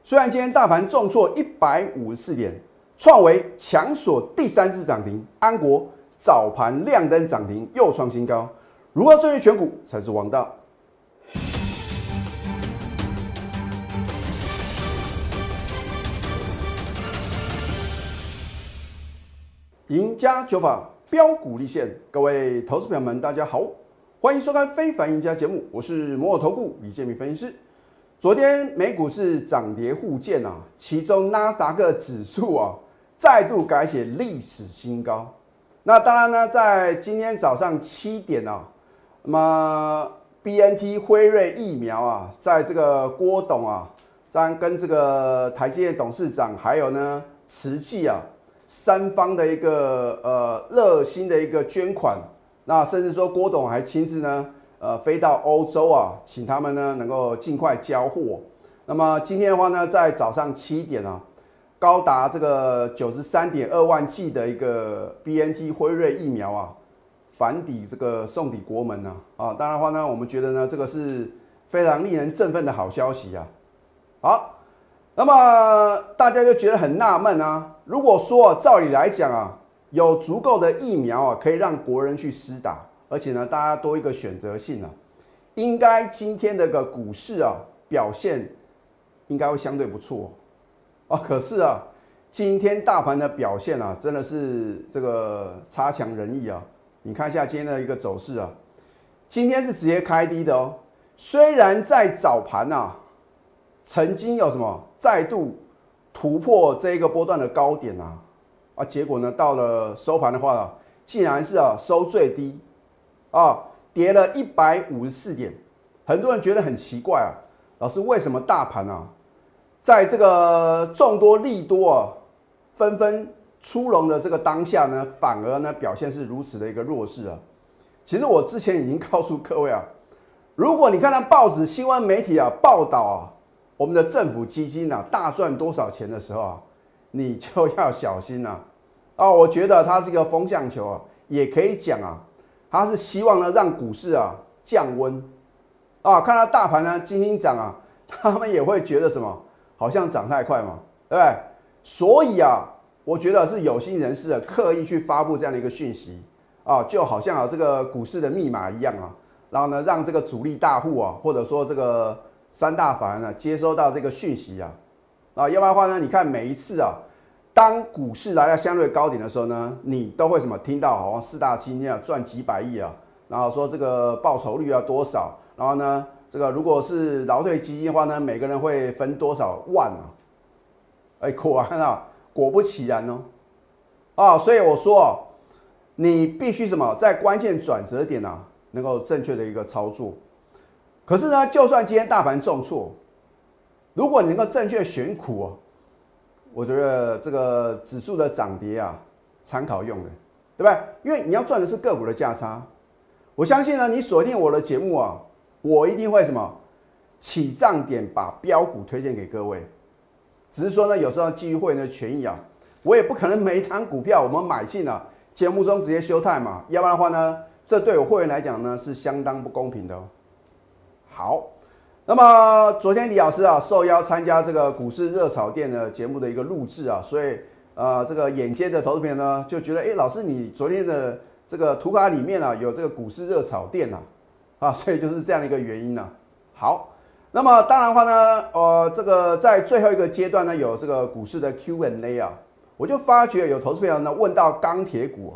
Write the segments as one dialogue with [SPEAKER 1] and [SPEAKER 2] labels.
[SPEAKER 1] 虽然今天大盘重挫154点，创为强锁第3次涨停，安国早盘亮灯涨停又创新高。如何正确选股才是王道？赢家九法标股立现，各位投资朋友们，大家好，欢迎收看《非凡赢家》节目，我是摩尔投顾李建民分析师。昨天美股是涨跌互见啊，其中纳斯达克指数啊再度改写历史新高。那当然呢，在今天早上7点啊，那么 BNT 辉瑞疫苗啊，在这个郭董啊，跟这个台积电董事长还有呢慈济啊三方的一个热心的一个捐款，那甚至说郭董还亲自呢飞到欧洲啊，请他们呢能够尽快交货。那么今天的话呢，在早上7点啊，高达这个93.2万剂的一个 BNT 辉瑞疫苗啊，返抵这个送抵国门啊。当然的话呢，我们觉得呢，这个是非常令人振奋的好消息啊。好，那么大家就觉得很纳闷啊，如果说照理来讲啊，有足够的疫苗啊，可以让国人去施打。而且呢，大家多一个选择性啊，应该今天的个股市啊表现应该会相对不错啊。可是啊，今天大盘的表现啊，真的是这个差强人意啊。你看一下今天的一个走势啊，今天是直接开低的哦。虽然在早盘啊，曾经有什么再度突破这个波段的高点啊，结果呢，到了收盘的话啊，竟然是收最低。跌了154点，很多人觉得很奇怪啊，老师为什么大盘啊，在这个众多利多啊纷纷出笼的这个当下呢，反而呢表现是如此的一个弱势啊？其实我之前已经告诉各位啊，如果你看到报纸、新闻媒体啊报道啊，我们的政府基金啊大赚多少钱的时候啊，你就要小心了我觉得它是一个风向球啊，也可以讲啊。他是希望呢让股市啊降温看到大盘呢轻轻涨啊，他们也会觉得什么好像涨太快嘛，对不对？所以啊，我觉得是有心人士刻意去发布这样的一个讯息就好像这个股市的密码一样然后呢让这个主力大户或者说这个三大法人接收到这个讯息要不然的话呢，你看每一次当股市来到相对高点的时候呢，你都会什么听到好像四大基金赚几百亿然后说这个报酬率要多少，然后呢，这个如果是劳退基金的话呢，每个人会分多少万果然果不其然所以我说你必须什么在关键转折点能够正确的一个操作。可是呢，就算今天大盘重挫，如果你能够正确选股我觉得这个指数的涨跌参考用的，对不对？因为你要赚的是个股的价差。我相信呢，你锁定我的节目我一定会什么起涨点把标股推荐给各位。只是说呢，有时候基于会员的权益我也不可能每一档股票我们买进节目中直接休态嘛，要不然的话呢，这对我会员来讲呢是相当不公平的好。那么昨天李老师受邀参加这个股市热炒店的节目的一个录制所以这个眼尖的投资朋友呢就觉得，老师你昨天的这个图卡里面有这个股市热炒店所以就是这样的一个原因好，那么当然的话呢，这个在最后一个阶段呢有这个股市的 Q&A 我就发觉有投资朋友呢问到钢铁股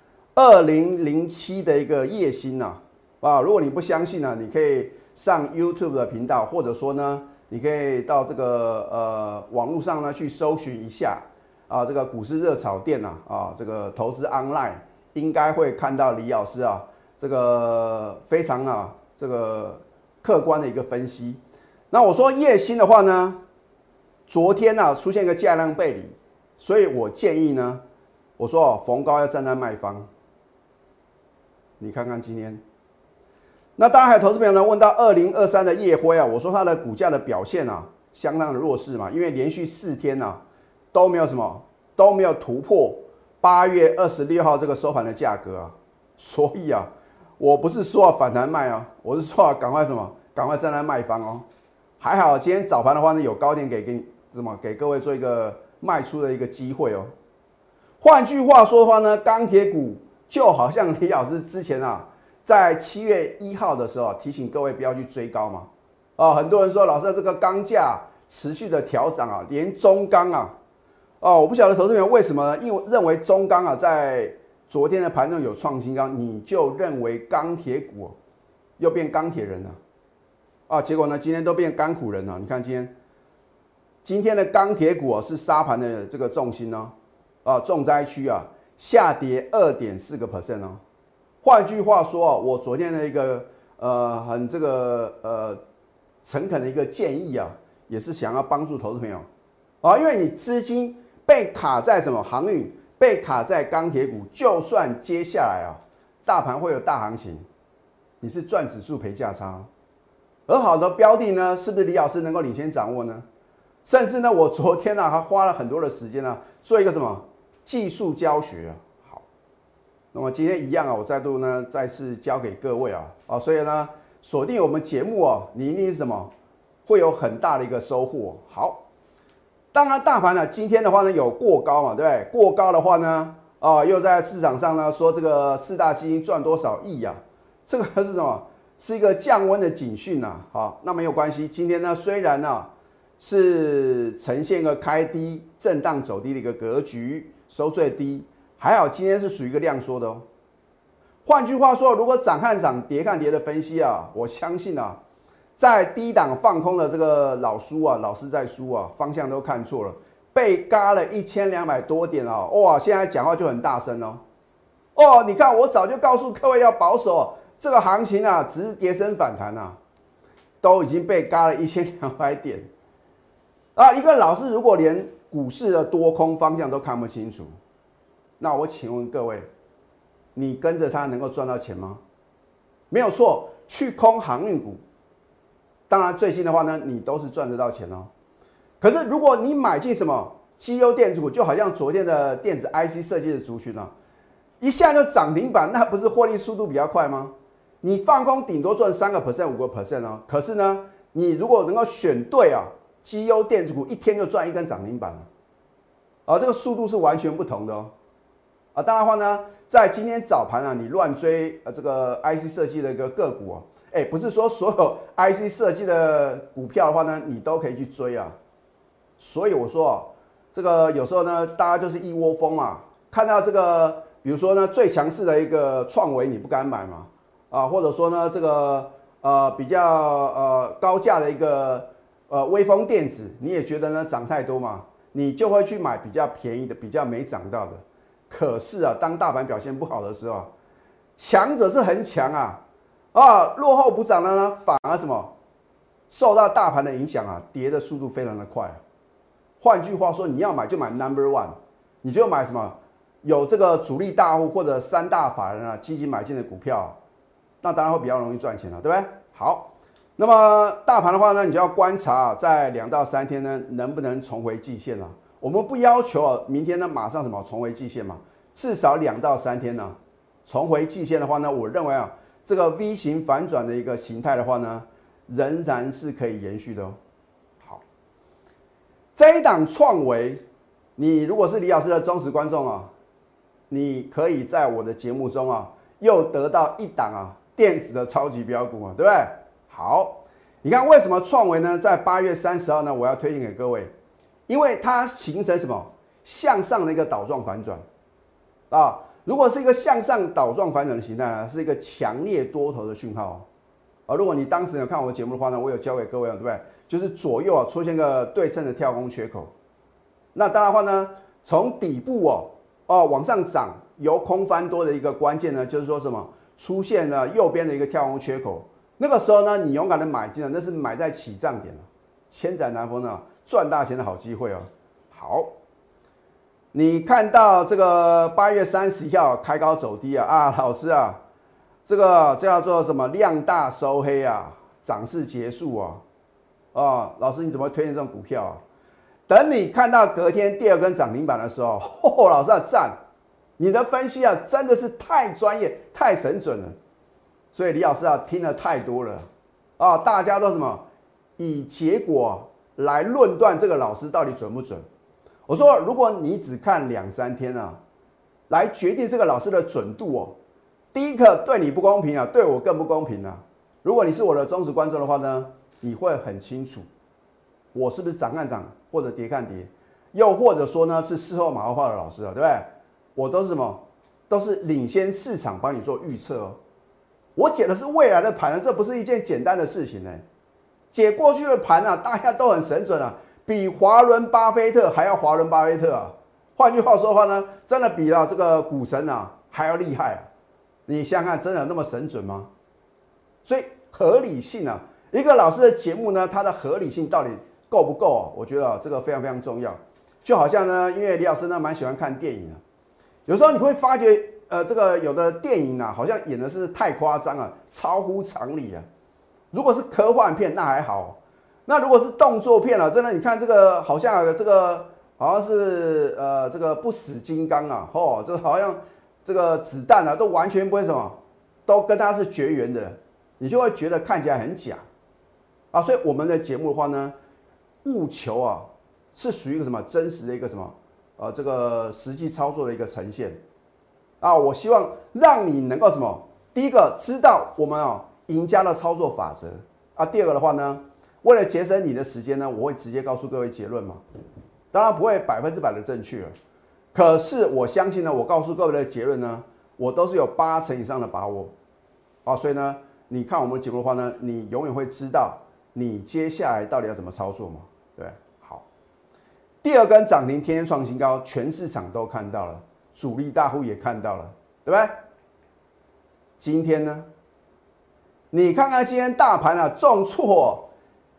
[SPEAKER 1] 2007的一个叶兴如果你不相信你可以上 YouTube 的频道，或者说呢，你可以到这个网络上呢去搜寻一下这个股市热炒店这个投资 online 应该会看到李老师这个非常这个客观的一个分析。那我说叶兴的话呢，昨天出现一个价量背离，所以我建议呢，我说逢高要站在卖方。你看看今天。那当然还有投资朋友呢问到2023的燁辉我说它的股价的表现相当的弱势嘛，因为连续4天都没有什么都没有突破8月26号这个收盘的价格所以我不是说反弹卖我是说赶快什么赶快站在卖方还好今天早盘的话呢有高点给怎么给各位做一个卖出的一个机会哦。换句话说的话呢，钢铁股就好像李老师之前在7月1号的时候提醒各位不要去追高嘛。很多人说老师这个钢价持续的调涨连中钢我不晓得投资朋友为什么呢？因为认为中钢在昨天的盘中有创新高，你就认为钢铁股又变钢铁人了结果呢今天都变钢苦人了。你看今天的钢铁股是杀盘的这个重心重灾区下跌2.4%换句话说我昨天的一个很这个诚恳的一个建议也是想要帮助投资朋友因为你资金被卡在什么航运，被卡在钢铁股，就算接下来大盘会有大行情，你是赚指数赔价差，而好的标的呢，是不是李老师能够领先掌握呢？甚至呢，我昨天还花了很多的时间做一个什么技术教学好，那么今天一样我再次教给各位所以呢，锁定我们节目你一定是什么会有很大的一个收获。好，当然大盘今天的话呢有过高嘛，对不对？过高的话呢又在市场上呢说这个4大基金赚多少亿这个是什么？是一个降温的警讯好，那没有关系。今天呢虽然是呈现一个开低震荡走低的一个格局，收最低，还好今天是属于一个量缩的换句话说，如果涨看涨跌看跌的分析我相信在低档放空的这个老师在输方向都看错了，被嘎了1200多点哇，现在讲话就很大声你看我早就告诉各位要保守，这个行情只是跌升反弹都已经被嘎了1200点一个老师如果连股市的多空方向都看不清楚，那我请问各位，你跟着他能够赚到钱吗？没有错，去空航运股，当然最近的话呢，你都是赚得到钱可是如果你买进什么绩优电子股，就好像昨天的电子 IC 设计的族群一下就涨停板，那不是获利速度比较快吗？你放空顶多赚3%、5%可是呢，你如果能够选对绩优电子股，一天就赚1根涨停板这个速度是完全不同的当然的话呢，在今天早盘你乱追这个 IC 设计的一个个股不是说所有 IC 设计的股票的话呢，你都可以去追所以我说这个有时候呢，大家就是一窝蜂看到这个，比如说呢最强势的一个创惟你不敢买嘛或者说呢这个比较高价的一个微风电子，你也觉得呢涨太多嘛，你就会去买比较便宜的，比较没涨到的。可是当大盘表现不好的时候强者是很强落后补涨的呢，反而什么受到大盘的影响跌的速度非常的快换句话说，你要买就买 No.1， 你就买什么有这个主力大户或者3大法人积极买进的股票那当然会比较容易赚钱对不对？好，那么大盘的话呢，你就要观察在2到3天呢能不能重回季线我们不要求明天呢马上什么重回季线嘛，至少2到3天重回季线的话呢，我认为这个 V 型反转的一个形态的话呢，仍然是可以延续的好，这一档创惟，你如果是李老师的忠实观众你可以在我的节目中又得到一档电子的超级标股对不对？好，你看为什么创惟呢在8月30号呢我要推荐给各位，因为它形成什么向上的一个倒状反转如果是一个向上倒状反转的形态呢，是一个强烈多头的讯号如果你当时有看我的节目的话呢，我有教给各位对不对？就是左右出现个对称的跳空缺口，那当然的话呢，从底部往上涨由空翻多的一个关键呢，就是说什么出现了右边的一个跳空缺口，那个时候呢，你勇敢的买进那是买在起涨点千载难逢赚大钱的好机会好，你看到这个8月31号开高走低老师这个叫做什么量大收黑涨势结束老师你怎么会推荐这种股票等你看到隔天第2根涨停板的时候老师赞，你的分析真的是太专业太神准了，所以李老师听了太多了大家都什么以结果来论断这个老师到底准不准。我说，如果你只看2-3天啊，来决定这个老师的准度哦，第一个对你不公平啊，对我更不公平啊。如果你是我的忠实观众的话呢，你会很清楚，我是不是涨看涨或者跌看跌，又或者说呢是事后马后炮的老师啊，对不对？我都是什么？都是领先市场帮你做预测哦。我解的是未来的盘啊，这不是一件简单的事情呢。解过去的盘啊，大家都很神准啊，比华伦巴菲特还要华伦巴菲特啊。换句话说的话呢，真的比这个股神啊还要厉害啊。你想想看，真的有那么神准吗？所以合理性啊，一个老师的节目呢，它的合理性到底够不够啊？我觉得这个非常非常重要。就好像呢，因为李老师呢蛮喜欢看电影啊，有时候你会发觉，这个有的电影啊，好像演的是太夸张啊，超乎常理啊。如果是科幻片那还好，那如果是动作片啊，真的你看这个好像是这个不死金刚啊，这好像这个子弹啊都完全不会什么，都跟它是绝缘的，你就会觉得看起来很假啊。所以我们的节目的话呢，务求啊是属于一个什么真实的一个什么这个实际操作的一个呈现啊。我希望让你能够什么，第一个知道我们赢家的操作法则啊。第二个的话呢，为了节省你的时间呢，我会直接告诉各位结论嘛。当然不会100%的正确，可是我相信呢，我告诉各位的结论呢，我都是有80%以上的把握啊。所以呢，你看我们节目的话呢，你永远会知道你接下来到底要怎么操作嘛。对，好。第二根涨停天天创新高，全市场都看到了，主力大户也看到了，对不对？今天呢？你看看今天大盘啊，重挫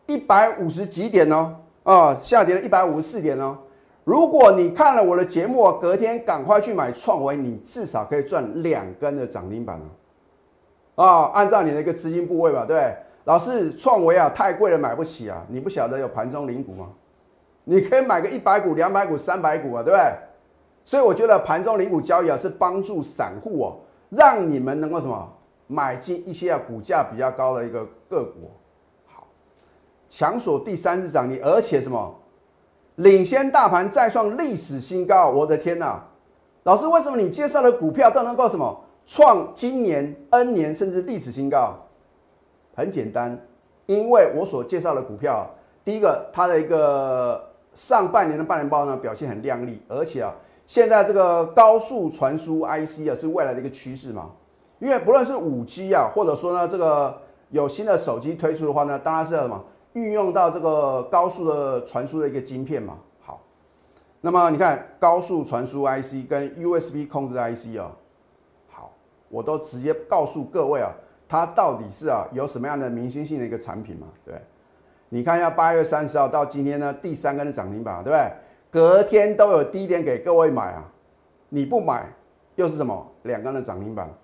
[SPEAKER 1] 150几点哦，下跌了154点哦。如果你看了我的节目，隔天赶快去买创维，你至少可以赚2根的涨停板按照你的一个资金部位吧，对不对？老师，创维啊太贵了，买不起啊。你不晓得有盘中零股吗？你可以买个100股、200股、300股啊，对不对？所以我觉得盘中零股交易啊，是帮助散户让你们能够什么？买进一些股价比较高的一个个股，好，强锁第3日涨停，而且什么领先大盘再创历史新高，我的天哪！老师，为什么你介绍的股票都能够什么创今年 N 年甚至历史新高？很简单，因为我所介绍的股票，第一个它的一个上半年的半年报呢表现很亮丽，而且现在这个高速传输 IC 是未来的一个趋势嘛。因为不论是5G或者说呢这个有新的手机推出的话呢，当然是什么运用到这个高速的传输的一个晶片嘛。好，那么你看高速传输 IC 跟 USB 控制 IC好，我都直接告诉各位它到底是有什么样的明星性的一个产品嘛？对，你看一下8月30号到今天呢第3根的涨停板，对不对？隔天都有低点给各位买你不买又是什么2根的涨停板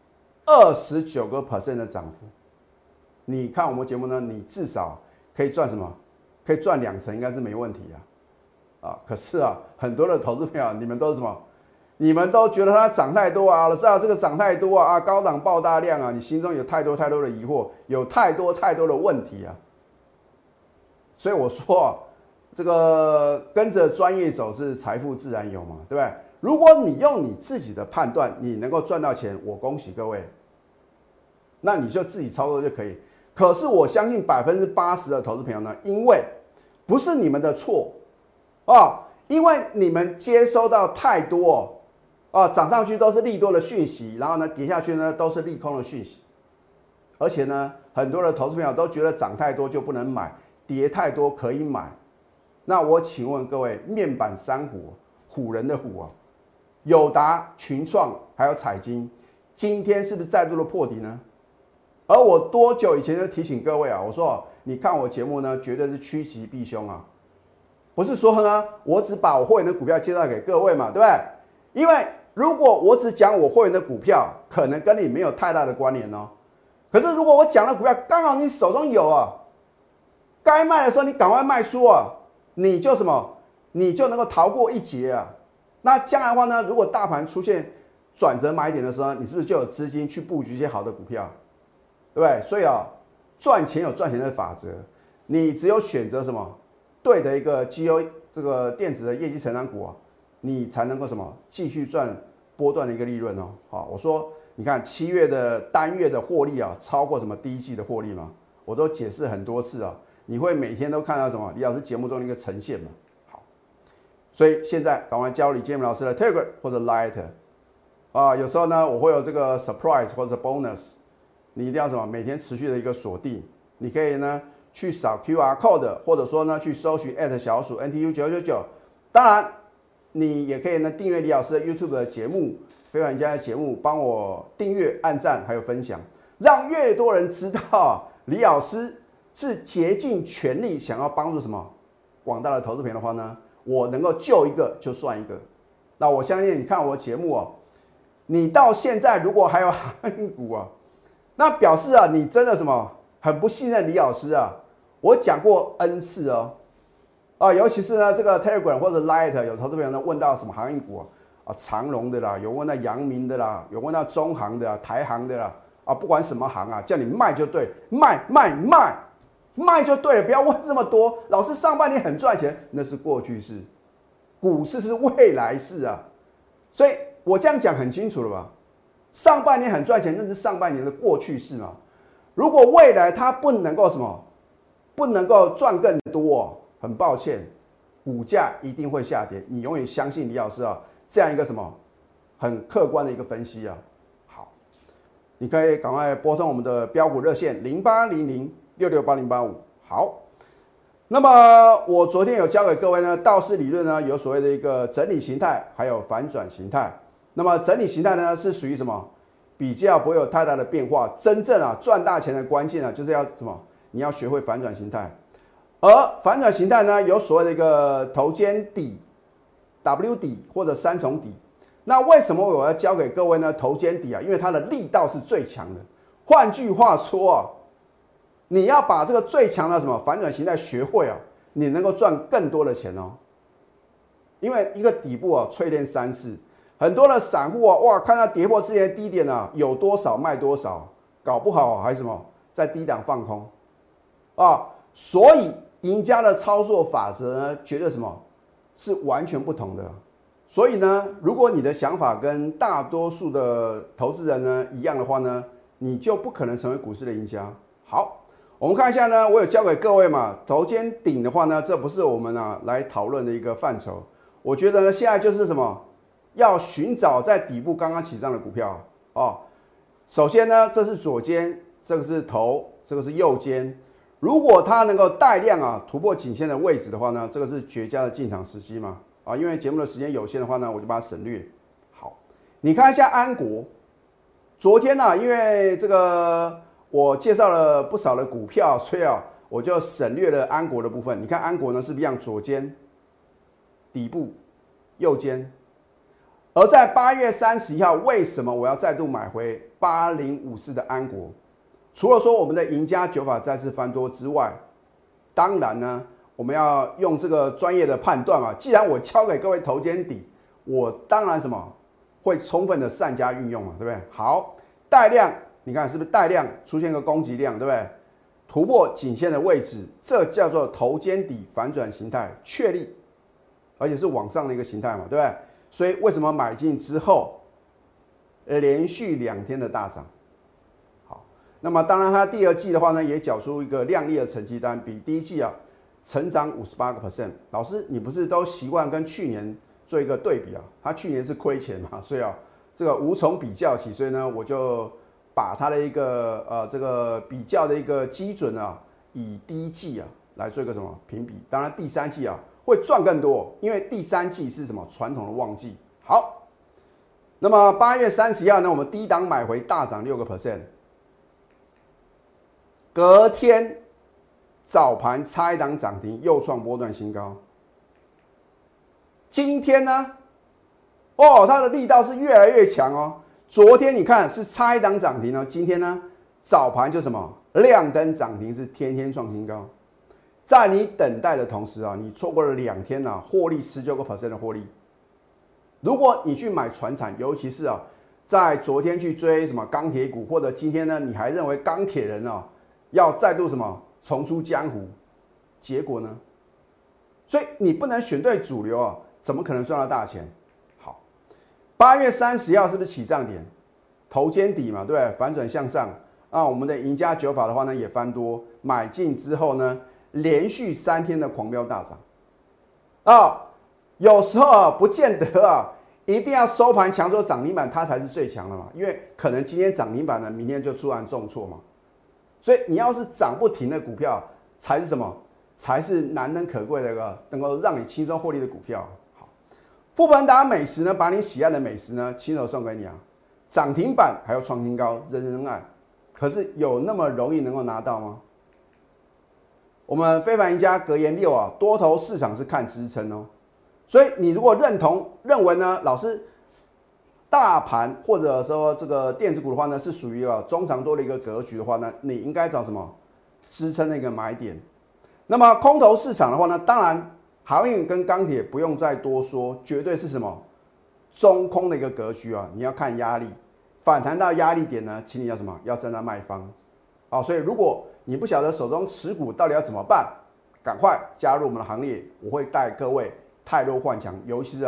[SPEAKER 1] ？29% 的涨幅，你看我们节目呢，你至少可以赚什么？可以赚2成，应该是没问题可是很多的投资朋友，你们都是什么？你们都觉得它涨太多老师这个涨太多高档爆大量你心中有太多的疑惑，有太多的问题所以我说这个跟着专业走是财富自然有嘛，对不对？如果你用你自己的判断，你能够赚到钱，我恭喜各位，那你就自己操作就可以。可是我相信80%的投资朋友呢，因为不是你们的错因为你们接收到太多涨上去都是利多的讯息，然后呢跌下去呢都是利空的讯息，而且呢很多的投资朋友都觉得涨太多就不能买，跌太多可以买。那我请问各位，面板三虎，虎人的虎友达、群创还有彩晶，今天是不是再度的破底呢？而我多久以前就提醒各位我说你看我节目呢，绝对是趋吉避凶不是说呢我只把我会员的股票介绍给各位嘛，对不对？因为如果我只讲我会员的股票，可能跟你没有太大的关联可是如果我讲的股票刚好你手中有该卖的时候你赶快卖出你就什么？你就能够逃过一劫那将来的话呢，如果大盘出现转折买点的时候，你是不是就有资金去布局一些好的股票，对不对？所以赚钱有赚钱的法则，你只有选择什么对的一个绩优这个电子的业绩成长股啊，你才能够什么继续赚波段的一个利润哦。好，我说你看7月的单月的获利啊，超过什么第一季的获利嘛，我都解释很多次啊，你会每天都看到什么李老师节目中的一个呈现嘛。好，所以现在赶快加入李建明老师的 Telegram 或者 Light 啊，有时候呢我会有这个 surprise 或者 bonus， 你一定要什么每天持续的一个锁定，你可以呢去扫 QR code， 或者说呢去搜寻小鼠 NTU999， 当然你也可以呢订阅李老师的 YouTube 的节目，非凡家的节目，帮我订阅、按赞还有分享，让越多人知道李老师是竭尽全力想要帮助什么广大的投资朋友的话呢，我能够救一个就算一个。那我相信你看我的节目哦，你到现在如果还有航运股啊，那表示啊你真的什么很不信任李老师啊。我讲过 N 次哦，尤其是呢这个 Telegram 或者 Light 有投资朋友呢问到什么航运股啊，长荣的啦，有问到阳明的啦，有问到中航的啦、台航的啦，不管什么航啊，叫你卖就对，卖就对了，不要问这么多。老师上半年很赚钱，那是过去式，股市是未来式啊，所以我这样讲很清楚了吧？上半年很赚钱，那是上半年的过去式嘛。如果未来它不能够什么？不能够赚更多很抱歉，股价一定会下跌。你永远相信李老师啊，这样一个什么很客观的一个分析啊。好，你可以赶快拨通我们的标股热线0800668085。好，那么我昨天有教给各位呢，道氏理论呢有所谓的一个整理形态，还有反转形态。那么整理形态呢是属于什么？比较不会有太大的变化。真正赚大钱的关键就是要什么？你要学会反转形态，而反转形态呢，有所谓的一个头肩底、W 底或者3重底。那为什么我要教给各位呢？头肩底因为它的力道是最强的。换句话说你要把这个最强的什么反转形态学会你能够赚更多的钱哦。因为一个底部淬炼3次，很多的散户哇，看到跌破之前的低点有多少卖多少，搞不好还什么在低档放空。所以赢家的操作法则呢，绝对什么是完全不同的。所以呢，如果你的想法跟大多数的投资人呢一样的话呢，你就不可能成为股市的赢家。好，我们看一下呢，我有教给各位嘛，头肩顶的话呢，这不是我们来讨论的一个范畴。我觉得呢，现在就是什么，要寻找在底部刚刚起涨的股票首先呢，这是左肩，这个是头，这个是右肩。如果它能够带量突破颈线的位置的话呢，这个是绝佳的进场时机嘛因为节目的时间有限的话呢，我就把它省略。好，你看一下安国，昨天因为这个我介绍了不少的股票，所以我就省略了安国的部分。你看安国呢是不是一样左肩、底部、右肩？而在8月31号，为什么我要再度买回8054的安国？除了说我们的赢家9法再次翻多之外，当然呢，我们要用这个专业的判断既然我教给各位头肩底，我当然什么会充分的善加运用嘛，对不对？好，带量，你看是不是带量出现个攻击量，对不对？突破颈线的位置，这叫做头肩底反转形态确立，而且是往上的一个形态嘛，对不对？所以为什么买进之后连续2天的大涨？那么当然，它第二季的话呢，也缴出一个亮丽的成绩单，比第一季成长58%。老师，你不是都习惯跟去年做一个对比它去年是亏钱嘛，所以这个无从比较起，所以呢，我就把它的一个这个比较的一个基准以第一季来做一个什么评比。当然第3季会赚更多，因为第3季是什么传统的旺季。好，那么8月31号呢，我们低档买回大涨6%。隔天早盘差一档涨停，又创波段新高。今天呢，它的力道是越来越强昨天你看是差一档涨停今天呢早盘就什么亮灯涨停，是天天创新高。在你等待的同时你错过了2天获利19% 的获利。如果你去买传产，尤其是在昨天去追什么钢铁股，或者今天呢你还认为钢铁人要再度什么重出江湖，结果呢所以你不能选对主流啊，怎么可能赚到大钱？好，8月30号是不是起涨点？头肩底嘛，对不对？反转向上啊，我们的赢家9法的话呢也翻多，买进之后呢，连续3天的狂飙大涨啊，有时候啊不见得啊一定要收盘强做涨停板，它才是最强的嘛，因为可能今天涨停板呢，明天就突然重挫嘛，所以你要是涨不停的股票，才是什么？才是难能可贵的一个能够让你轻松获利的股票。好，富邦达美食呢，把你喜爱的美食呢，亲手送给你啊，涨停板还有创新高，人人爱。可是有那么容易能够拿到吗？我们非凡赢家格言6啊，多头市场是看支撑哦。所以你如果认为呢，老师大盘或者说这个电子股的话呢，是属于中长多的一个格局的话呢，你应该找什么支撑的一个买点？那么空头市场的话呢，当然航运跟钢铁不用再多说，绝对是什么中空的一个格局啊！你要看压力，反弹到压力点呢，请你要什么？要站在卖方。好，所以如果你不晓得手中持股到底要怎么办，赶快加入我们的行列，我会带各位汰弱换强，尤其是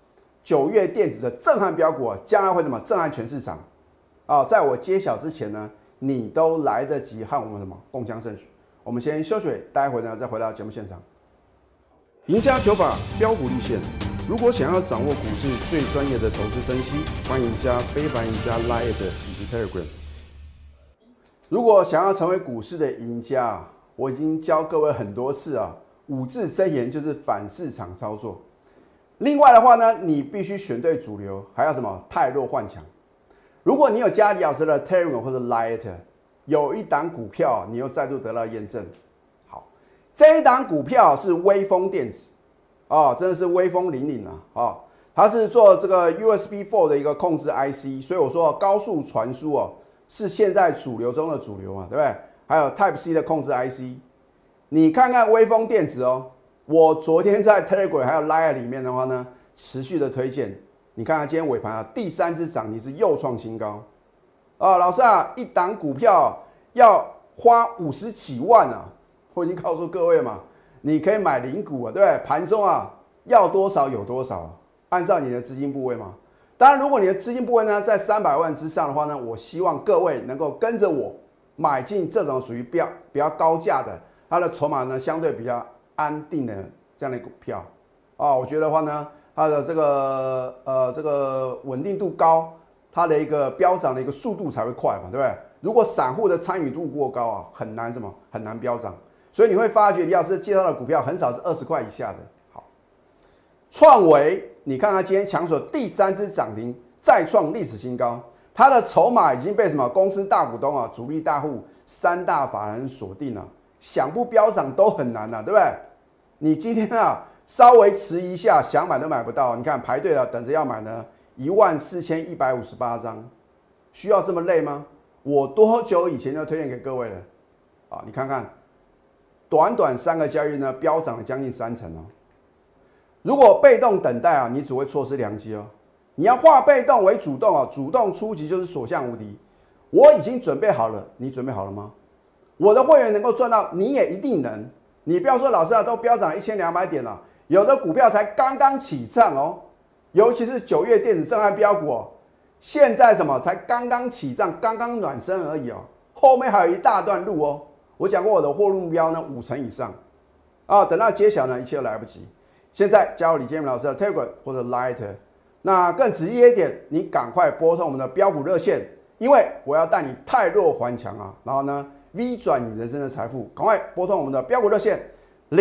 [SPEAKER 1] 9月电子的震撼标股啊，将来会怎么震撼全市场啊！在我揭晓之前呢，你都来得及和我们什么共襄盛举。我们先休息，待会呢再回到节目现场。赢家9法标股立现，如果想要掌握股市最专业的投资分析，欢迎加非凡赢家 Line 以及 Telegram。如果想要成为股市的赢家，我已经教各位很多次啊，5字真言就是反市场操作。另外的话呢，你必须选对主流，还要什么汰弱换强。如果你有加李老师的 Telegram 或者 Line，有一档股票，你又再度得到验证。好，这一档股票是威锋电子啊，真的是威风凛凛啊！它是做这个 USB4 的一个控制 IC， 所以我说高速传输哦，是现在主流中的主流嘛，对不对？还有 Type C 的控制 IC， 你看看威锋电子哦，我昨天在 Telegram 还有 Line 里面的话呢，持续的推荐。你看看今天尾盘啊，第3只涨停是又创新高。老师啊，一档股票要花50几万啊！我已经告诉各位嘛，你可以买零股啊，对不对？盘中啊要多少有多少，按照你的资金部位嘛。当然，如果你的资金部位呢在300万之上的话呢，我希望各位能够跟着我买进这种属于比较高价的，它的筹码呢相对比较安定的这样的股票啊，我觉得的话呢，它的这个稳定度高。它的一个飙涨的一个速度才会快嘛，对不对？如果散户的参与度过高啊，很难飙涨。所以你会发觉李老师介绍的股票很少是20块以下的。好，创维，你看它今天强锁第3只涨停，再创历史新高。它的筹码已经被什么公司大股东啊、主力大户、3大法人锁定了，想不飙涨都很难啊，对不对？你今天啊稍微迟一下，想买都买不到。你看排队啊，等着要买呢。14158张，需要这么累吗？我多久以前就推荐给各位了啊？你看看，短短3个交易日呢，飙涨了将近3成哦。如果被动等待啊，你只会错失良机哦。你要化被动为主动啊，主动出击就是所向无敌。我已经准备好了，你准备好了吗？我的会员能够赚到，你也一定能。你不要说老师啊，都飙涨了1200点了，有的股票才刚刚起涨哦。尤其是9月电子震撼标股哦，现在什么才刚刚起涨，刚刚暖身而已哦，后面还有一大段路哦。我讲过我的获利目标呢5成以上啊，等到揭晓呢一切都来不及。现在加入李建明老师的 Telegram 或者 Line， 那更直接一点，你赶快拨通我们的标股热线，因为我要带你汰弱还强啊，然后呢 V 转你人生的财富，赶快拨通我们的标股热线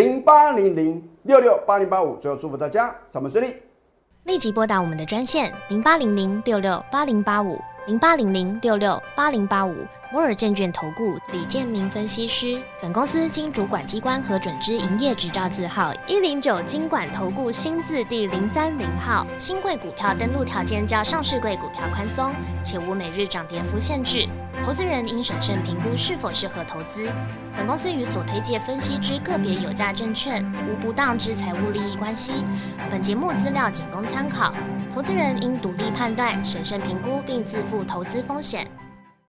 [SPEAKER 1] 0800668085。最后祝福大家上班顺利。
[SPEAKER 2] 立即拨打我们的专线0800668085，0800668085。摩尔证券投顾李建明分析师。本公司经主管机关核准之营业执照字号109金管投顾新字第030号。新贵股票登录条件较上市贵股票宽松，且无每日涨跌幅限制。投资人应审慎评估是否适合投资。本公司与所推介分析之个别有价证券无不当之财务利益关系。本节目资料仅供参考，投资人应独立判断、审慎评估并自负投资风险。